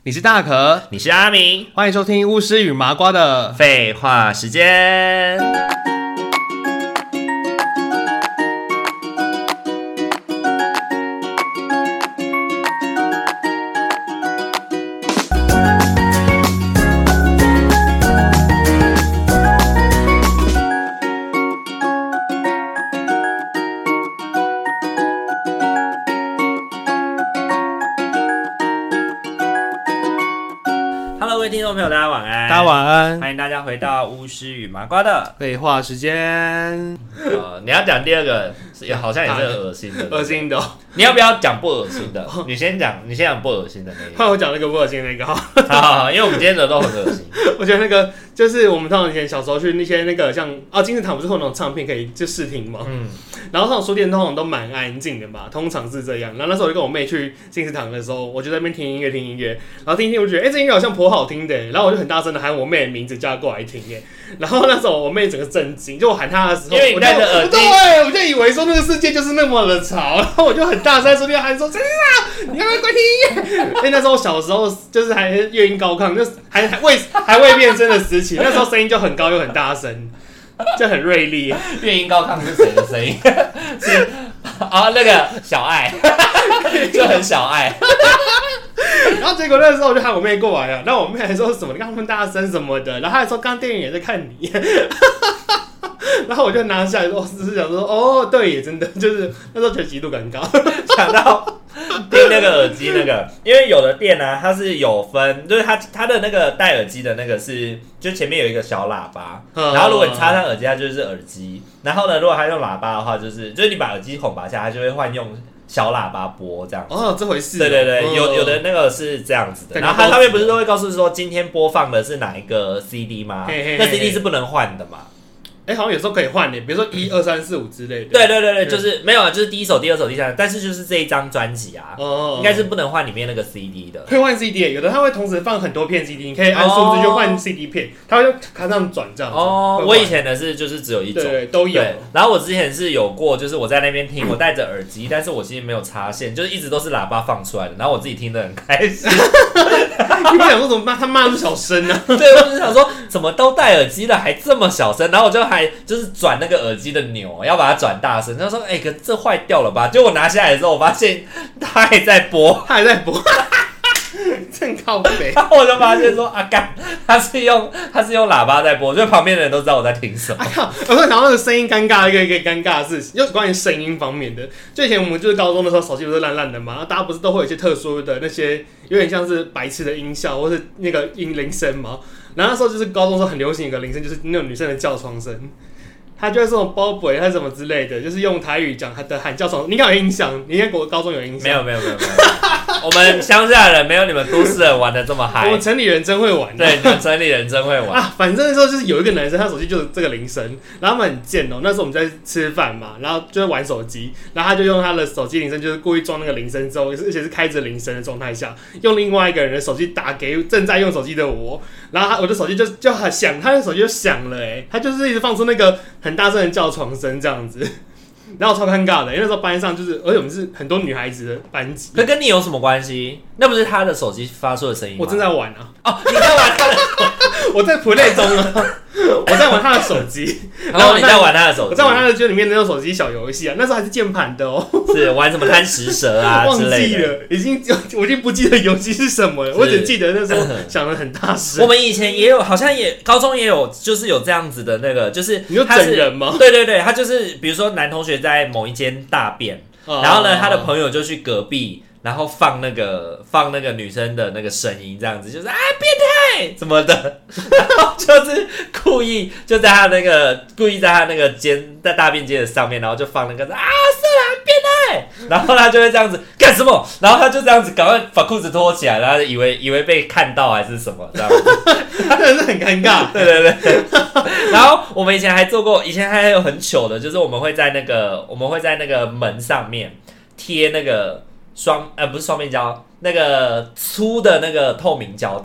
你是大可， 你是阿明， 欢迎收听巫师与麻瓜的废话时间。各位听众朋友，大家晚安！ 大家晚安， 欢迎大家回到巫师与麻瓜的废话时间。 你要讲第二个，好像也是恶心的， 恶心的、哦。 你要不要讲不恶心的？你先讲不恶心的那个。 换我讲那个不恶心的那个好，因为我们今天的都很恶心。 我觉得那个就是我们通常以前小时候去那些那个像金石堂不是会有那种唱片可以就试听吗？然后那种书店通常都蛮安静的嘛，通常是这样。然后那时候我就跟我妹去金石堂的时候，我就在那边听音乐，然后听一听，我就觉得这音乐好像颇好听的，然后我就很大声的喊我妹的名字叫她过来听然后那时候我妹整个震惊，就我喊她的时候， 因为你戴着耳机， 对，我就以为说那个世界就是那么的吵，然后我就很大声说就喊说真的啊，你要不要快听音乐？因为那时候我小时候就是还乐音高亢，就是还未变声的时期，那时候声音就很高又很大声。就很锐利。 乐音高亢是谁的声音？是那个小爱，就很小爱。 然后结果那时候我就喊我妹过来了，然后我妹还说什么你刚刚大声什么的，然后她还说刚刚电影也在看你。然后我就拿下来说，只是想说，哦，对耶，真的就是那时候觉得极度尴尬。 想到听那个耳机那个，因为有的店呢、它是有分，就是它的那个戴耳机的那个是，就前面有一个小喇叭，然后如果你插上耳机，它就是耳机。然后呢，如果它用喇叭的话，就是你把耳机孔拔下，它就会换用小喇叭播这样子。 哦，这回事。 对对对，有的那个是这样子的。然后它上面不是都会告诉说今天播放的是哪一个 CD 吗？那 CD 是不能换的嘛。 好像有时候可以换的，比如说1、2、3、4、5之类的。 对对对对，就是没有啊，就是第一首、第二首、第三首，但是就是这一张专辑啊，应该是不能换里面那个 CD 的。 可以换 CD， 有的它会同时放很多片 CD， 你可以按数字就换 CD 片，它会卡上转这样子。 我以前的是就是只有一种， 对，都有。 然后我之前是有过，就是我在那边听，我戴着耳机，但是我其实没有插线，就是一直都是喇叭放出来的，然后我自己听得很开心。 你不想说怎么他骂那么小声呢？ 对，我就想说怎么都戴耳机了还这么小声，然后我就还就是转那个耳机的钮，要把它转大声。他说：“可这坏掉了吧？”结果我拿下来的时候，我发现他还在播， 正靠北。 然后我就发现说：“干，他是用喇叭在播，所以旁边的人都知道我在听什么。” 我说，然后那个声音尴尬，一个尴尬的事情，就关于声音方面的。就以前我们就是高中的时候，手机不是烂烂的嘛，大家不是都会有一些特殊的那些，有点像是白痴的音效或是那个铃声嘛。然后那时候就是高中时候很流行一个铃声，就是那种女生的叫床声。他就是这种包鬼还是什么之类的，就是用台语讲他的喊叫床。你应该有印象，你应该高中有印象。 没有。我们乡下人没有你们都市人玩的这么嗨。 我们城里人真会玩。 对，你们城里人真会玩啊！反正那时候就是有一个男生，他手机就是这个铃声，然后他们很贱哦。那时候我们在吃饭嘛，然后就在玩手机，然后他就用他的手机铃声，就是故意装那个铃声之后，而且是开着铃声的状态下，用另外一个人的手机打给正在用手机的我，然后我的手机就很响，他的手机就响了，他就是一直放出那个很大声的叫床声这样子。然后超尴尬的，因为那时候班上就是，而且我们是很多女孩子的班级。 可跟你有什么关系？那不是他的手机发出的声音吗？ 我正在玩啊！ 你在玩他的， 我在 play 中啊，我在玩他的手机。 然后你在玩他的手机？ 我在玩他的就里面的那种手机小游戏啊，那时候还是键盘的哦。 是玩什么贪食蛇啊之类的？ 忘记了，我已经不记得游戏是什么了，我只记得那时候想得很大声。 我们以前也有，好像也高中也有，就是有这样子的那个，就是你说整人吗？ 对对对，他就是比如说男同学在某一间大便，然后呢，他的朋友就去隔壁。然后放那个女生的那个声音，这样子就是变态什么的，然后就是故意在他那个在大便间的上面，然后就放那个色狼变态，然后他就会这样子干什么，然后他就这样子赶快把裤子脱起来，然后以为被看到还是什么这样子， 真的是很尴尬。 对对对。然后我们以前还做过，以前还有很糗的，就是我们会在那个门上面贴那个不是双面胶，那个粗的那个透明胶带，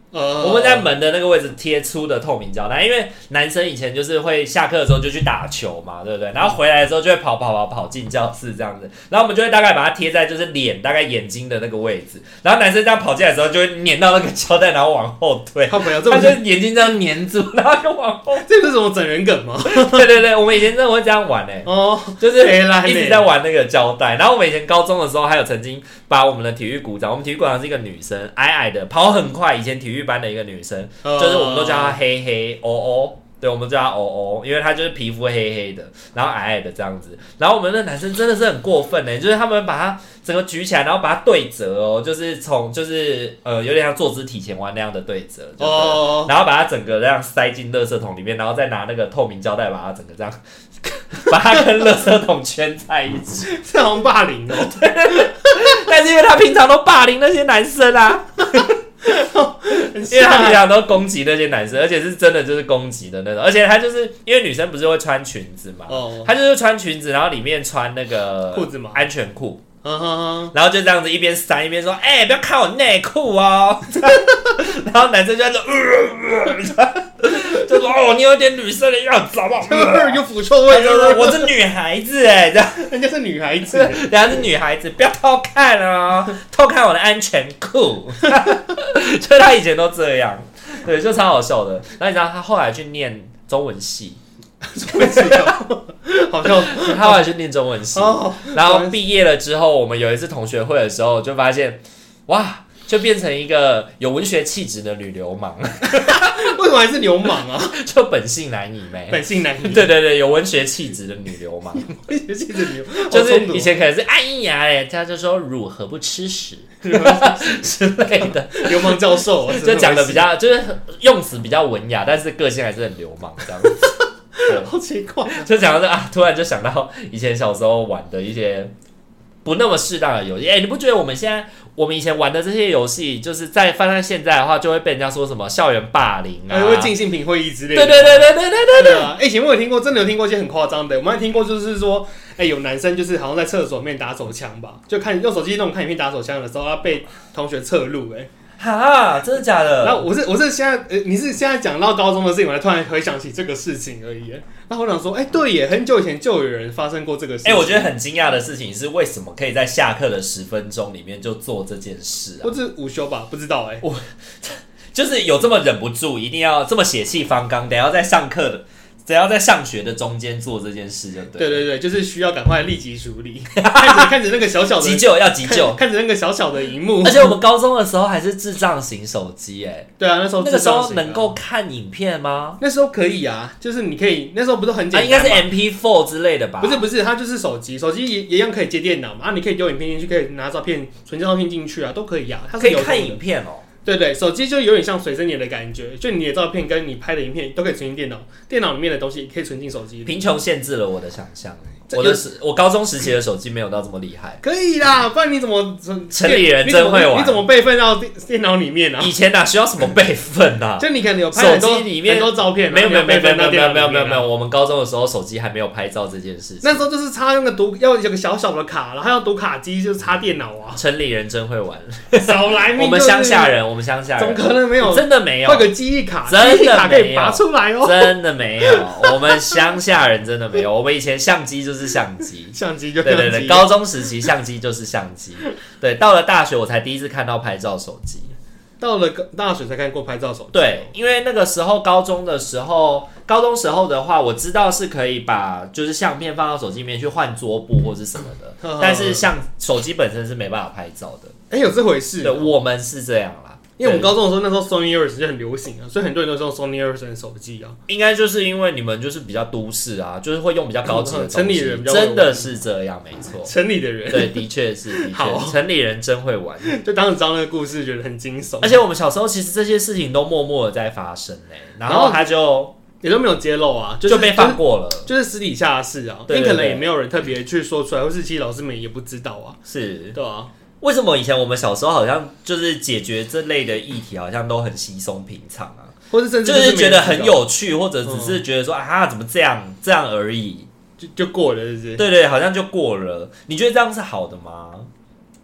我们在门的那个位置贴粗的透明胶带，因为男生以前就是会下课的时候就去打球嘛，对不对？然后回来的时候就会跑进教室这样子，然后我们就会大概把它贴在就是脸大概眼睛的那个位置，然后男生这样跑进来的时候就会粘到那个胶带，然后往后退，他就眼睛这样粘住，然后就往后。 这不是什么整人梗吗？ 对，我们以前真的会这样玩就是一直在玩那个胶带。然后我们以前高中的时候还有曾经把我们的体育股长，我们体育股长是一个女生，矮矮的，跑很快，以前体育班的一个女生，就是我们都叫她黑黑哦，对，我们叫她哦，因为她就是皮肤黑黑的，然后矮矮的这样子。然后我们的男生真的是很过分就是他们把她整个举起来，然后把它对折就是有点像坐姿体前弯那样的对折，然后把它整个这样塞进垃圾桶里面，然后再拿那个透明胶带把它整个这样把它跟垃圾桶圈在一起， 这好像霸凌对， 但是因为他平常都霸凌那些男生啊。因为他平常都攻击那些男生，而且是真的就是攻击的那种，而且他就是因为女生不是会穿裙子嘛，他就是穿裙子，然后里面穿那个裤子嘛， 安全裤。然后就这样子一边塞一边说：“不要看我内裤哦。”然后男生就在说：“就说哦，你有点女生的样子，好不好？ 有腐臭味。” 我是女孩子这样人家是女孩子， 人家是女孩子，不要偷看哦，偷看我的安全裤。所以他以前都这样，对，就超好笑的。然后你知道他后来去念中文系。 好像他后来去念中文系，然后毕业了之后，我们有一次同学会的时候，就发现，哇，就变成一个有文学气质的女流氓。 为什么还是流氓啊？ 就本性难移呗。 本性难移。 对，有文学气质的女流氓。 文学气质女流氓， 就是以前可能是哎呀他就说汝何不吃屎之类的。 流氓教授就讲的比较就是用词比较文雅，但是个性还是很流氓这样子。 好奇怪， 就讲到这突然就想到以前小时候玩的一些不那么适当的游戏。你不觉得我们以前玩的这些游戏，就是放在现在的话，就会被人家说什么校园霸凌啊， 会进性平会议之类的。 对。 以前我有听过，真的有听过一些很夸张的。我们还听过，就是说，有男生就是好像在厕所里面打手枪吧，就用手机那种看影片打手枪的时候，他被同学侧录。 哈，真的假的？ 然后我是现在，你是现在讲到高中的事情，我才突然回想起这个事情而已。那我想说，对耶，很久以前就有人发生过这个事情。 我觉得很惊讶的事情是，为什么可以在下课的10分钟里面就做这件事啊？ 或是午休吧，不知道我就是有这么忍不住，一定要这么血气方刚，等要在上课的。只要在上学的中间做这件事就对。 对，就是需要赶快立即处理。看着那个小小的急救要急救， 看着那个小小的荧幕。 而且我们高中的时候还是智障型手机对啊，那时候能够看影片吗？ 那时候可以啊，就是你可以那时候不是很简单吗？ 应该是 MP4 之类的吧？ 不是，它就是手机也一样可以接电脑嘛。你可以丢影片进去，可以拿照片存照片进去啊，都可以啊。它可以看影片哦。 对，手机就有点像随身碟的感觉，就你的照片跟你拍的影片都可以存进电脑，电脑里面的东西也可以存进手机里。 贫穷限制了我的想象。我高中时期的手机没有到这么厉害。 可以啦，不然你怎么城里人真会玩？ 你怎么备份到电脑里面啊？ 以前哪需要什么备份啊？ 就你可能有拍手机里面很多照片， 没有，我们高中的时候手机还没有拍照这件事情。 那时候就是插那个要有个小小的卡，然后要读卡机，就是插电脑啊。 城里人真会玩， 少来我们乡下人， 怎么可能没有？ 真的没有， 会有个记忆卡， 真的可以拔出来哦。 真的没有，我们乡下人真的没有。我们以前相机就是相机。 相机就对，高中时期相机就是相机。对，到了大学我才第一次看到拍照手机。 到了大学才看过拍照手机。 对，因为那个时候高中时候的话，我知道是可以把就是相片放到手机里面去换桌布或是什么的，但是手机本身是没办法拍照的。 有这回事？ 对，我们是这样啦。 因为我们高中的时候，那时候 Sony Ericsson 就很流行啊，所以很多人都是用 Sony Ericsson 的手机啊。 应该就是因为你们就是比较都市啊，就是会用比较高级的东西。 城里人真的是这样，没错。 城里的人， 对，的确是，城里人真会玩。 就当时知道那个故事，觉得很惊悚。 而且我们小时候其实这些事情都默默的在发生然后他就也都没有揭露啊， 就被放过了， 就是私底下的事啊。因为可能也没有人特别去说出来，或是其实老师们也不知道啊。 是， 对啊。 为什么以前我们小时候好像就是解决这类的议题，好像都很稀松平常啊， 或是甚至就是觉得很有趣，或者只是觉得说怎么这样而已， 就过了，是不是？ 对，好像就过了。你觉得这样是好的吗？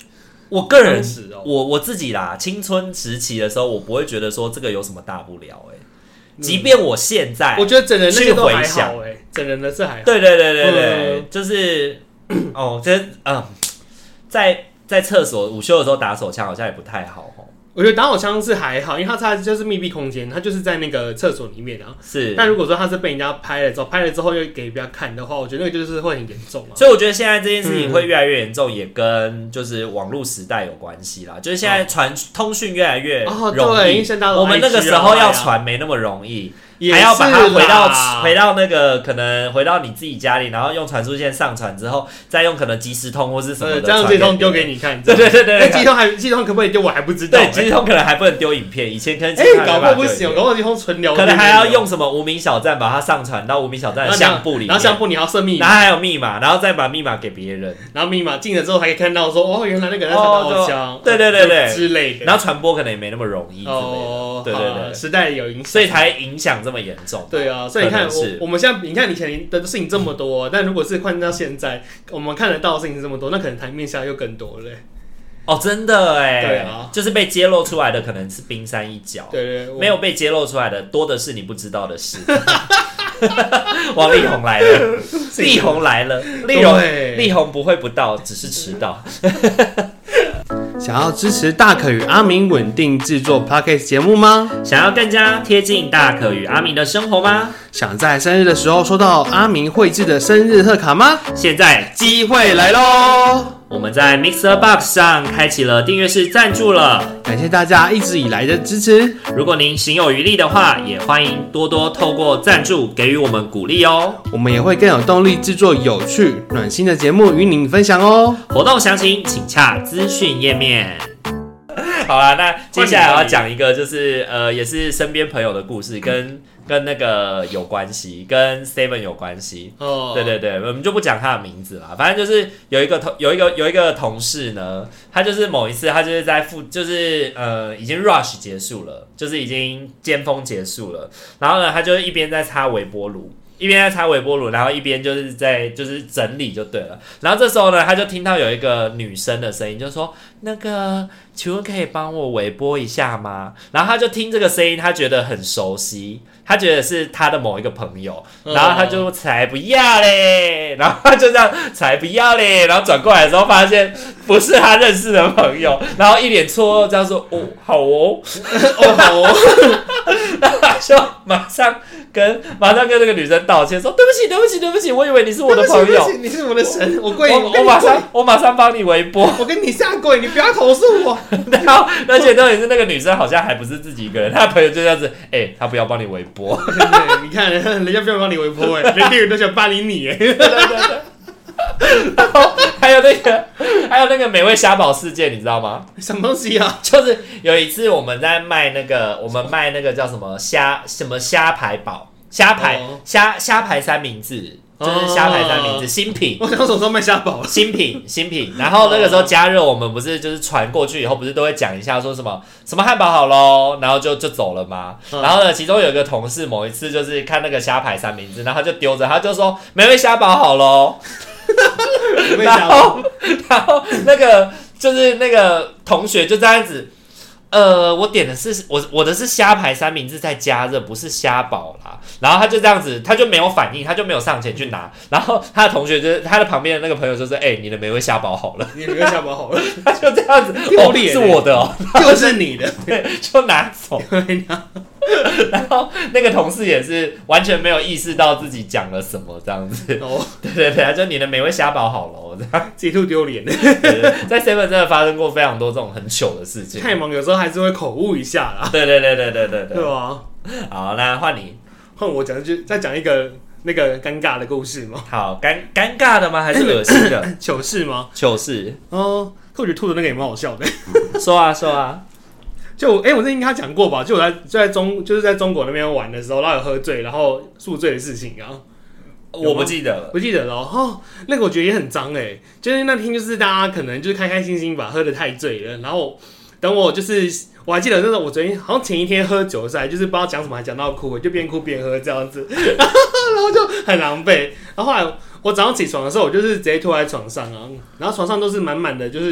我个人哦、 我自己啦，青春时期的时候，我不会觉得说这个有什么大不了即便我现在， 我觉得整人那个都还好整人的是还好。 对，就是就是在厕所午休的时候打手枪好像也不太好我觉得打手枪是还好，因为它就是密闭空间，它就是在那个厕所里面啊。 是， 但如果说它是被人家拍了之后又给别人看的话，我觉得那个就是会很严重啊。 所以我觉得现在这件事情会越来越严重，也跟就是网络时代有关系啦。就是现在通讯越来越容易，我们那个时候要传没那么容易。还要把它回到那个可能回到你自己家里，然后用传输线上传之后，再用可能即时通或是什么的这样即时通丢给你看。 对， 即时通可不可以丢？我还不知道。 对，即时通可能还不能丢影片，以前可能搞不好不行，搞不好即时通纯聊天， 可能还要用什么无名小站把它上传到无名小站的相簿里面， 然后相簿你要设密码， 然后还有密码，然后再把密码给别人， 然后密码进了之后还可以看到说原来那个人在打手枪， 对之类的， 然后传播可能也没那么容易之类的，对， 时代有影响， 所以才影响这么严重。 对啊，所以你看我们现在，你看以前的事情这么多，但如果是换到现在，我们看得到的事情这么多，那可能台面下又更多了。 真的对啊， 就是被揭露出来的可能是冰山一角， 对， 没有被揭露出来的多的是你不知道的事。王力宏来了，力宏来了，力宏不会不到，只是迟到。 想要支持大可与阿明稳定制作 Podcast 节目吗？ 想要更加贴近大可与阿明的生活吗？ 想在生日的时候收到阿明绘制的生日贺卡吗？ 现在机会来咯！ 我们在 Mixer Box 上开启了订阅式赞助了， 感谢大家一直以来的支持。 如果您行有余力的话，也欢迎多多透过赞助给予我们鼓励哦。 我们也会更有动力制作有趣、暖心的节目与您分享哦。 活动详情请洽资讯页面。好啦，那接下来我要讲一个，就是也是身边朋友的故事，跟那个有关系，跟 Seven 有关系。对，我们就不讲他的名字啦。反正就是有一个同事呢，他就是某一次他就是在就是已经 rush 结束了，就是已经尖峰结束了，然后呢，他就一边在擦微波炉。然后一边就是在整理就对了。然后这时候呢，他就听到有一个女生的声音，就说：“那个，请问可以帮我微波一下吗？”然后他就听这个声音，他觉得很熟悉，他觉得是他的某一个朋友，然后他就才不要嘞，然后他就这样才不要嘞，然后转过来的时候发现不是他认识的朋友，然后一脸错愕这样说：“哦，好哦，好哦。”然后他就马上跟这个女生道歉说：“对不起，我以为你是我的朋友， 你是我的神，我跪， 我马上帮你微波， 我跟你下跪，你不要投诉我。” 然后而且重点是那个女生好像还不是自己一个人，她的朋友就这样子，他不要帮你微波， 对，你看人家不要帮你微波，连别人都想霸凌你，对。 然后还有那个美味虾堡事件，你知道吗？ 什么东西啊？ 就是有一次我们在卖那个叫什么虾排堡，虾排三明治。就是虾排三明治新品， 我刚什么时候卖虾堡了？ 新品，然后那个时候加热，我们不是就是传过去以后，不是都会讲一下说什么汉堡好咯，然后就走了嘛。然后呢，其中有一个同事某一次就是看那个虾排三明治，然后他就丢着，他就说美味虾堡好咯。然后那个就是那个同学就这样子。我点的是我的是虾排三明治在加热，不是虾堡啦。然后他就这样子，他就没有反应，他就没有上前去拿。然后他的同学就是他的旁边的那个朋友就说：“你的美味虾堡好了， 你的美味虾堡好了。” 他就这样子，是我的哦， 就是你的， 对，就拿走。然后那个同事也是完全没有意识到自己讲了什么，这样子。对，就你的美味虾堡好了，这样极度丢脸。 对，在 Seven 真的发生过非常多这种很糗的事情。 太忙有时候还是会口误一下啦。 对。 对啊。 好，那换你， 换我讲，就再讲一个那个尴尬的故事吗？ 好，尴尬的吗？还是恶心的？ 糗事吗？ 糗事。 我觉得吐的那个也蛮好笑的。 说啊。 就我之前跟他讲过吧，就我在中国那边玩的时候，然后有喝醉，然后宿醉的事情啊。 我不记得了， 不记得了。那个我觉得也很脏就是那天就是大家可能就是开开心心吧，喝得太醉了，然后等我我还记得那时候我昨天好像前一天喝酒赛，就是不知道讲什么还讲到哭，就边哭边喝这样子，然后就很狼狈。然后后来我早上起床的时候，我就是直接拖在床上啊，然后床上都是满满的，就是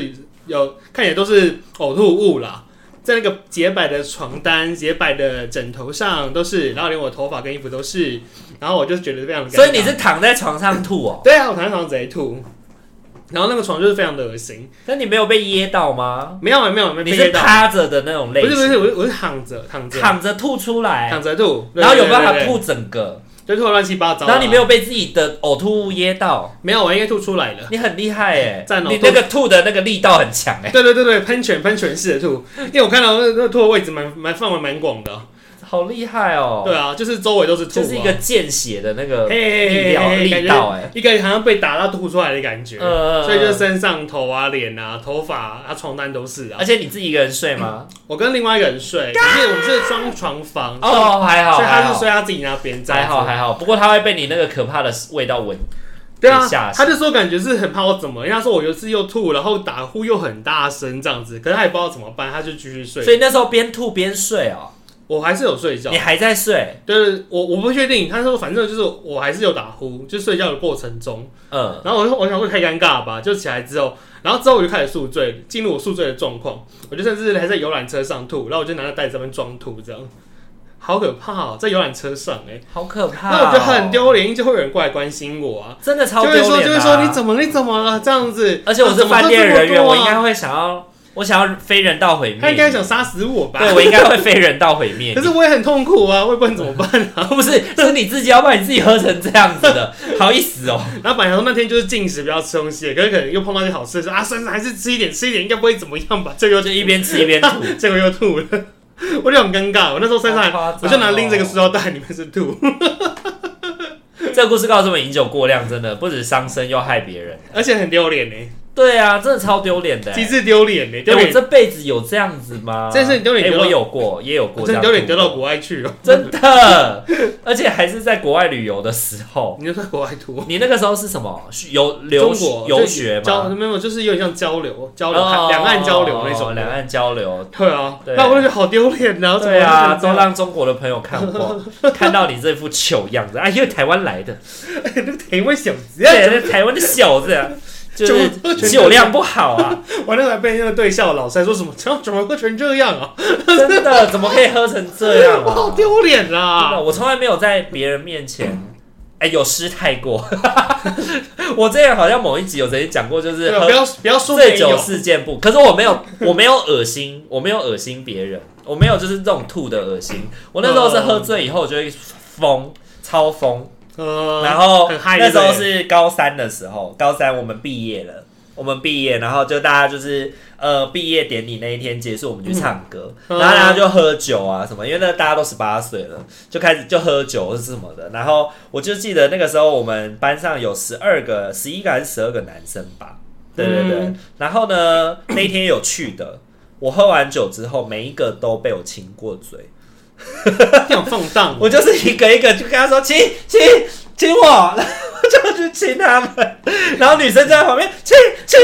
看起来都是呕吐物啦，在那个洁白的床单、洁白的枕头上都是，然后连我头发跟衣服都是，然后我就觉得非常的尴尬。 所以你是躺在床上吐哦？ 对啊，我躺在床上直接吐。然后那个床就是非常的恶心。 那你没有被噎到吗？ 没有， 你是趴着的那种类型？ 不是，我是躺着吐出来， 躺着吐， 然后有办法吐整个， 就吐得乱七八糟。 然后你没有被自己的呕吐物噎到？ 没有，我应该吐出来了。 你很厉害哎， 你那个吐的那个力道很强哎。 对，喷泉式的吐，因为我看到那个吐的位置范围蛮广的。 好厉害哦！ 对啊，就是周围都是吐， 就是一个见血的那个力道哎， 一个好像被打到吐出来的感觉。所以就身上、头啊、脸啊、头发啊、床单都是啊。 而且你自己一个人睡吗？ 我跟另外一个人睡，可是我们是双床房哦，还好， 所以他是睡他自己那边， 还好。不过他会被你那个可怕的味道闻。 对啊，他就说感觉是很怕我怎么，因为他说我有一次又吐，然后打呼又很大声这样子，可是他也不知道怎么办，他就继续睡。 所以那时候边吐边睡哦。 我还是有睡觉， 你还在睡？ 对，我不确定。他说反正就是我还是有打呼，就睡觉的过程中。然后我想说太尴尬了吧，就起来之后，我就开始宿醉，进入我宿醉的状况。我就甚至还在游览车上吐，然后我就拿着袋子在那边装吐，这样好可怕哦，在游览车上好可怕。 那我觉得很丢脸，就会有人过来关心我啊， 真的超丢脸。 就会说你怎么了这样子？ 而且我是饭店人员，我应该会想要非人道毁灭。 他应该想杀死我吧？ 对，我应该会非人道毁灭。 可是我也很痛苦啊，我也不能怎么办啊？ 不是你自己要把你自己喝成这样子的，好意思哦。 然后本来说那天就是禁食，不要吃东西，可是可能又碰到一些好吃的，说啊，算是还是吃一点，应该不会怎么样吧？这个就一边吃一边吐， 结果又吐了，我就很尴尬。我那时候身上我就拿拎着个塑料袋，里面是吐。 这个故事告诉我们，饮酒过量真的不止伤身，又害别人， 而且很丢脸呢。 对啊，真的超丢脸的， 极致丢脸呢。 我这辈子有这样子吗？ 这是丢脸， 我有过，也有过， 真丢脸丢到国外去了， 真的，而且还是在国外旅游的时候。 你就在国外吐？ 你那个时候是什么？ 中国游学吗？ 没有，就是有点像交流，两岸交流那种。 两岸交流。 对啊，那我就觉得好丢脸啊！ 对啊，都让中国的朋友看过，看到你这副糗样子，因为台湾来的， 那个台湾小子， 对，台湾的小子。就是酒量不好啊！ 我那个还被那个对校老师还说什么，怎么喝成这样啊？ 真的，怎么可以喝成这样啊？ 我好丢脸啊！ 我从来没有在别人面前，有失态过。我之前好像某一集有曾经讲过，就是不要说醉酒事件簿。可是我没有恶心，我没有恶心别人，我没有就是这种吐的恶心。我那时候是喝醉以后，我就会疯，超疯。然后那时候是高三的时候，高三我们毕业了，然后就大家就是毕业典礼那一天结束，我们去唱歌，然后大家就喝酒啊什么，因为那大家都18岁了，就开始就喝酒是什么的。然后我就记得那个时候我们班上有11个还是12个男生吧，对。然后呢那一天有去的，我喝完酒之后，每一个都被我亲过嘴。 这样放荡， 我就是一个一个就跟他说亲我，然后就去亲他们，然后女生就在旁边亲，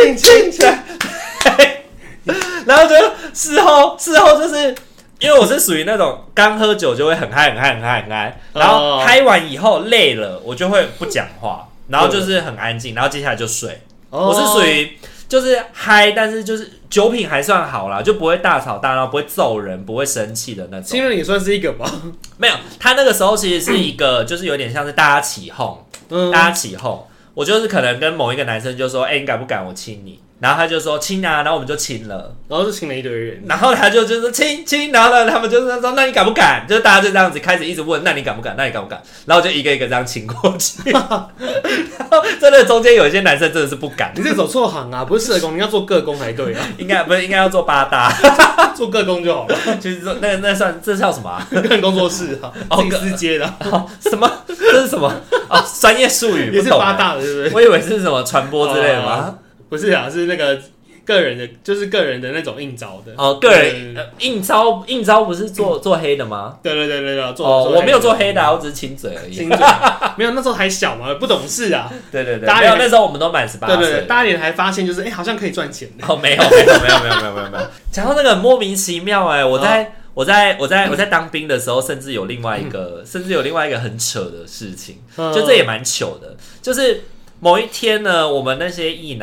然后就事后就是因为我是属于那种刚喝酒就会很嗨，然后嗨完以后累了，我就会不讲话，然后就是很安静，然后接下来就睡。我是属于就是嗨，但是就是酒品还算好啦，就不会大吵大闹，不会揍人，不会生气的那种。 因为你算是一个吧？ 没有，他那个时候其实是一个，就是有点像是大家起哄，我就是可能跟某一个男生就说，你敢不敢我亲你？然后他就说亲啊，然后我们就亲了， 然后就亲了一堆人， 然后他就是亲，然后呢他们就是说那你敢不敢？就是大家就这样子开始一直问，那你敢不敢？然后我就一个一个这样亲过去，然后真的中间有一些男生真的是不敢。 你是走错行啊，不是社工，你要做个工才对啊。 应该要做八大， 做个工就好了。 其实那算这叫什么啊？ 个人工作室啊，自己私接的。 什么？这是什么？专业术语也是八大的，对不对？ 我以为是什么传播之类的吗？ 不是啊，是那个个人的，就是个人的那种应招的。 个人应招不是做黑的吗？ 对， 我没有做黑的，我只是亲嘴而已。 亲嘴，没有，那时候还小嘛，不懂事啊。 对，没有，那时候我们都满18岁。 对，大一点还发现就是好像可以赚钱的。 没有。讲到那个莫名其妙我在当兵的时候，甚至有另外一个很扯的事情，就这也蛮糗的，就是某一天呢，我们那些役男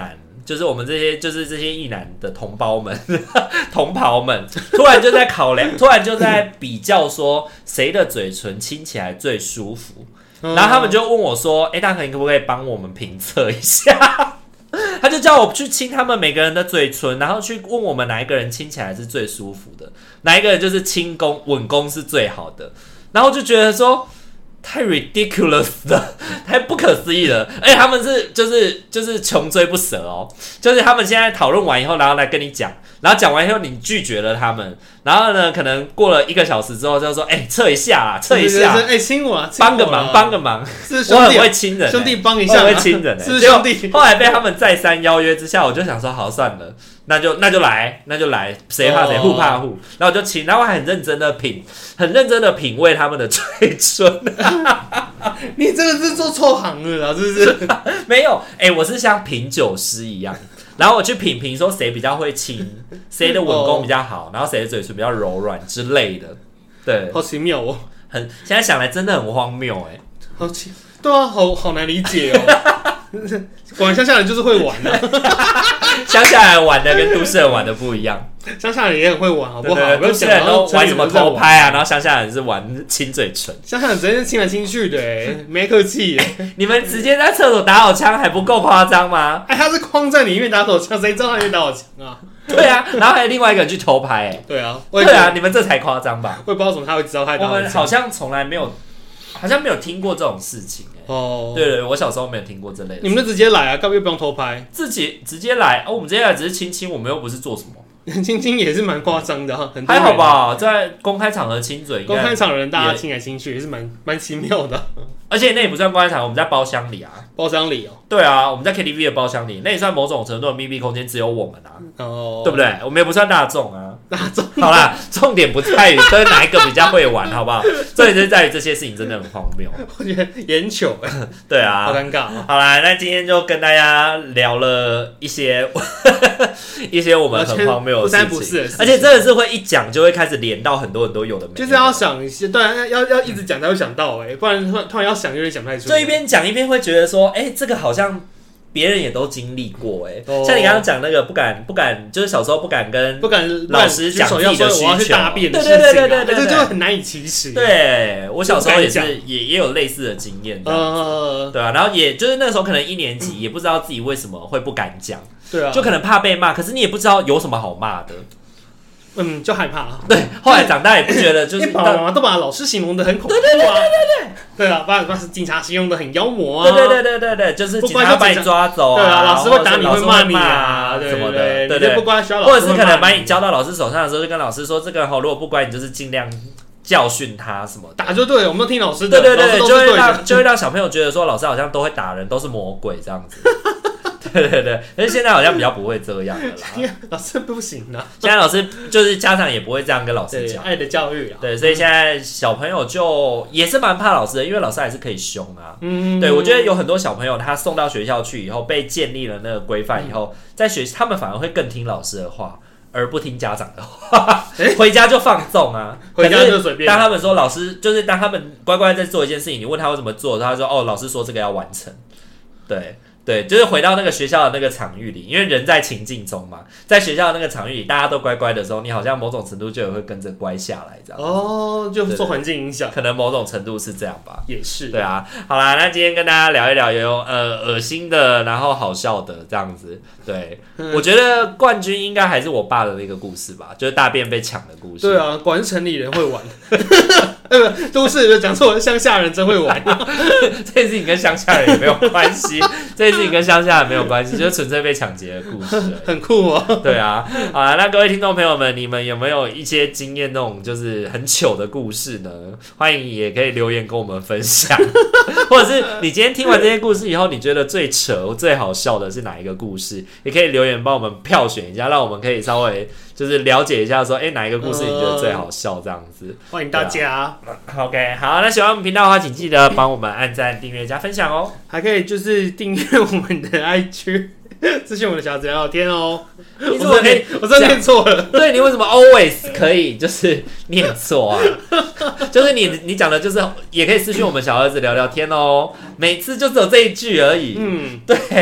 就是我们这些异男的同胞们、同袍们，突然就在考量，突然就在比较说谁的嘴唇亲起来最舒服。然后他们就问我说：“大可，你可不可以帮我们评测一下？”他就叫我去亲他们每个人的嘴唇，然后去问我们哪一个人亲起来是最舒服的，哪一个人就是亲功吻功是最好的。然后就觉得说太 ridiculous 了，太不可思议了。而且他们是就是穷追不舍哦，就是他们现在讨论完以后，然后来跟你讲。然后讲完以后，你拒绝了他们，然后呢，可能过了1个小时之后，就说：“测一下啦，测一下， 亲我啦， 帮个忙，帮个忙。” 我很会亲人， 兄弟帮一下， 我很会亲人， 是兄弟。 后来被他们再三邀约之下，我就想说：“好，算了，那就来，谁怕谁，互怕互。”然后我就亲，然后我还很认真的品味他们的嘴唇。 你真的是做错行了啦，是不是？ 没有，我是像品酒师一样。然后我去品说谁比较会亲，谁的吻功比较好，然后谁的嘴唇比较柔软之类的，对， 好奇妙哦， 现在想来真的很荒谬好奇，对啊，好难理解哦。果然乡下人就是会玩啊， 乡下人玩的跟都市人玩的不一样， 乡下人也很会玩，好不好？ 都市人都玩什么偷拍啊，然后乡下人是玩亲嘴唇， 乡下人直接亲来亲去的，没客气。 你们直接在厕所打好枪还不够夸张吗？ 他是框在里面打手枪，谁知道他里面打手枪啊？ 对啊，然后还有另外一个人去偷拍， 对啊， 你们这才夸张吧？ 我也不知道怎么他会知道他打手枪。 我们好像从来没有，好像没有听过这种事情。对，我小时候没有听过这类的。 你们就直接来啊，根本又不用偷拍， 自己直接来。我们直接来只是亲亲，我们又不是做什么。 亲亲也是蛮夸张的， 还好吧？在公开场合亲嘴， 公开场合人大家亲来亲去也是蛮奇妙的。 而且那也不算公开场合，我们在包厢里啊。 包厢里哦。 对啊，我们在 KTV 的包厢里，那也算某种程度的密闭空间，只有我们啊。对不对？我们也不算大众啊。 大众。 好啦，重点不在于跟哪一个比较会玩，好不好？重点是在于这些事情真的很荒谬。 我觉得眼糗对啊， 好尴尬。 好啦，那今天就跟大家聊了一些我们很荒谬的事情，而且真的是会一讲就会开始连到很多有的没的， 就是要想一些，对啊，要一直讲才会想到不然突然要想有点想不太出来。 就一边讲一边会觉得说，这个好像别人也都经历过像你刚刚讲那个不敢，就是小时候不敢老师讲自己的需求， 大便的事情，这就很难以启齿。 对，我小时候也是也有类似的经验，对啊，然后也就是那时候可能1年级也不知道自己为什么会不敢讲， 对啊， 就可能怕被骂，可是你也不知道有什么好骂的。 就害怕。 对，后来长大也不觉得，就是爸爸妈妈都把老师形容的很恐怖啊。对啊，把警察形容的很妖魔啊。 对，就是警察把你抓走啊。 对啊，老师会打你，会骂你啊，什么的。对，不乖， 或者是可能把你交到老师手上的时候，就跟老师说，这个人如果不乖，你就是尽量教训他什么的。 打就对了，我们都听老师的。 对，就会让小朋友觉得说，老师好像都会打人，都是魔鬼这样子。对，可是现在好像比较不会这样的啦。 老师不行啊， 现在老师就是家长也不会这样跟老师讲， 爱的教育啊。 对，所以现在小朋友就也是蛮怕老师的，因为老师还是可以凶啊。对，我觉得有很多小朋友他送到学校去以后，被建立了那个规范以后，在他们反而会更听老师的话，而不听家长的话，回家就放纵啊， 回家就随便。 当他们说老师，就是当他们乖乖在做一件事情，你问他为什么做，他说老师说这个要完成，对，就是回到那个学校的那个场域里，因为人在情境中嘛，在学校的那个场域里，大家都乖乖的时候，你好像某种程度就也会跟着乖下来，这样。 就受环境影响， 可能某种程度是这样吧。 也是。 对啊，好啦，那今天跟大家聊一聊有恶心的，然后好笑的这样子。对，我觉得冠军应该还是我爸的那个故事吧，就是大便被抢的故事。 对啊，果然是城里人会玩。都市讲错，乡下人真会玩。 这件事情跟乡下人也没有关系，这件事情跟乡下人没有关系，就是纯粹被抢劫的故事。 很酷哦。 对啊，好啦，那各位听众朋友们，你们有没有一些经验那种就是很糗的故事呢？欢迎也可以留言跟我们分享，或者是你今天听完这些故事以后，你觉得最扯、最好笑的是哪一个故事？也可以留言帮我们票选一下，让我们可以稍微就是了解一下说，哪一个故事你觉得最好笑这样子。 欢迎大家。 OK， 好，那喜欢我们频道的话，请记得帮我们按赞、订阅、加分享哦。 还可以就是订阅我们的 IG， 资讯我们的小子聊天哦。我真的念错了。 对，你为什么 always 可以就是念错啊？就是你讲的，就是也可以私讯我们小儿子聊聊天哦。每次就只有这一句而已。对。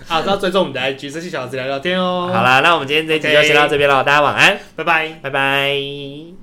好，要追踪我们的 IG，生气小子聊聊天哦。 好啦，那我们今天这一集就先到这边了，大家晚安， 拜拜， 拜拜。